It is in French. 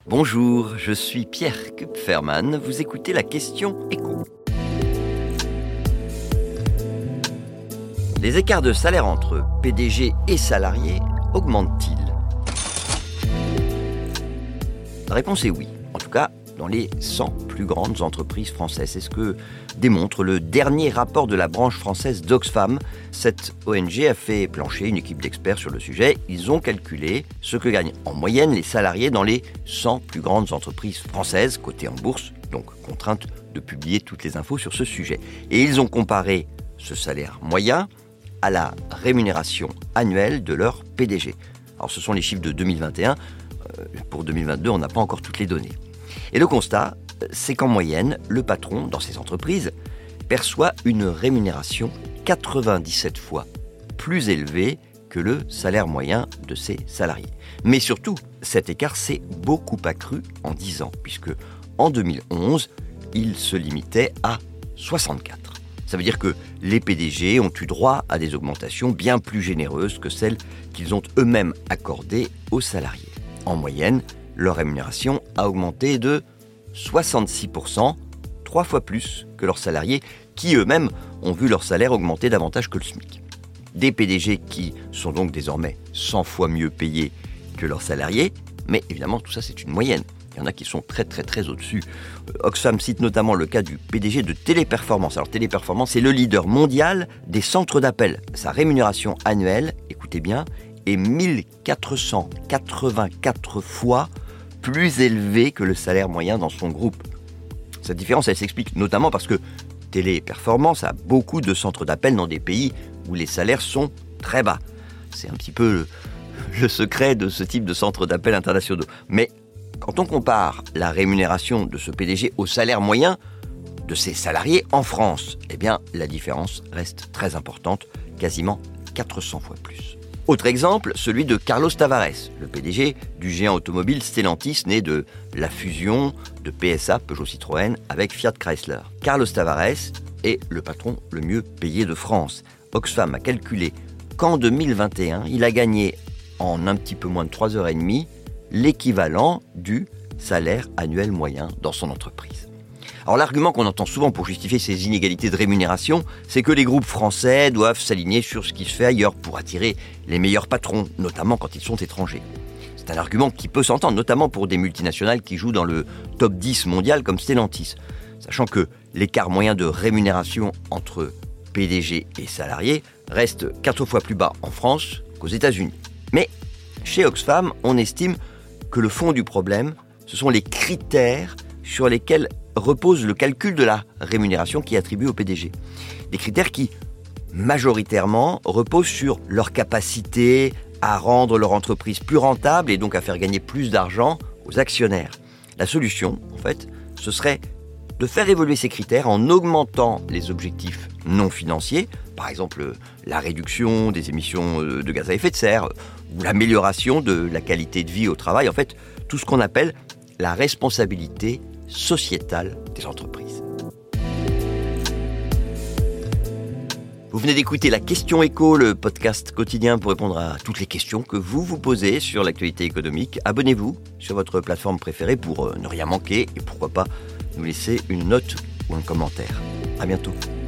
Bonjour, je suis Pierre Kupferman, vous écoutez la question écho. Les écarts de salaire entre PDG et salariés augmentent-ils ? La réponse est oui, en tout cas dans les 100 plus grandes entreprises françaises. C'est ce que démontre le dernier rapport de la branche française d'Oxfam. Cette ONG a fait plancher une équipe d'experts sur le sujet. Ils ont calculé ce que gagnent en moyenne les salariés dans les 100 plus grandes entreprises françaises cotées en bourse, donc contraintes de publier toutes les infos sur ce sujet. Et ils ont comparé ce salaire moyen à la rémunération annuelle de leur PDG. Alors ce sont les chiffres de 2021. Pour 2022, on n'a pas encore toutes les données. Et le constat, c'est qu'en moyenne, le patron, dans ces entreprises, perçoit une rémunération 97 fois plus élevée que le salaire moyen de ses salariés. Mais surtout, cet écart s'est beaucoup accru en 10 ans, puisque en 2011, il se limitait à 64. Ça veut dire que les PDG ont eu droit à des augmentations bien plus généreuses que celles qu'ils ont eux-mêmes accordées aux salariés. En moyenne, leur rémunération a augmenté de 66%, 3 fois plus que leurs salariés, qui eux-mêmes ont vu leur salaire augmenter davantage que le SMIC. Des PDG qui sont donc désormais 100 fois mieux payés que leurs salariés, mais évidemment tout ça c'est une moyenne. Il y en a qui sont très au-dessus. Oxfam cite notamment le cas du PDG de Téléperformance. Alors Téléperformance, c'est le leader mondial des centres d'appel. Sa rémunération annuelle, écoutez bien, est 1484 fois plus élevée que le salaire moyen dans son groupe. Cette différence, elle s'explique notamment parce que Téléperformance a beaucoup de centres d'appel dans des pays où les salaires sont très bas. C'est un petit peu le secret de ce type de centres d'appel internationaux. Mais quand on compare la rémunération de ce PDG au salaire moyen de ses salariés en France, eh bien, la différence reste très importante, quasiment 400 fois plus. Autre exemple, celui de Carlos Tavares, le PDG du géant automobile Stellantis, né de la fusion de PSA, Peugeot Citroën, avec Fiat Chrysler. Carlos Tavares est le patron le mieux payé de France. Oxfam a calculé qu'en 2021, il a gagné en un petit peu moins de 3h30 l'équivalent du salaire annuel moyen dans son entreprise. Alors l'argument qu'on entend souvent pour justifier ces inégalités de rémunération, c'est que les groupes français doivent s'aligner sur ce qui se fait ailleurs pour attirer les meilleurs patrons, notamment quand ils sont étrangers. C'est un argument qui peut s'entendre, notamment pour des multinationales qui jouent dans le top 10 mondial comme Stellantis, sachant que l'écart moyen de rémunération entre PDG et salariés reste 4 fois plus bas en France qu'aux États-Unis. Mais chez Oxfam, on estime que le fond du problème, ce sont les critères sur lesquels repose le calcul de la rémunération qui est attribuée au PDG. Des critères qui, majoritairement, reposent sur leur capacité à rendre leur entreprise plus rentable et donc à faire gagner plus d'argent aux actionnaires. La solution, en fait, ce serait de faire évoluer ces critères en augmentant les objectifs non financiers, par exemple la réduction des émissions de gaz à effet de serre ou l'amélioration de la qualité de vie au travail, en fait, tout ce qu'on appelle la responsabilité sociétale des entreprises. Vous venez d'écouter la Question Écho, le podcast quotidien pour répondre à toutes les questions que vous vous posez sur l'actualité économique. Abonnez-vous sur votre plateforme préférée pour ne rien manquer et pourquoi pas nous laisser une note ou un commentaire. À bientôt.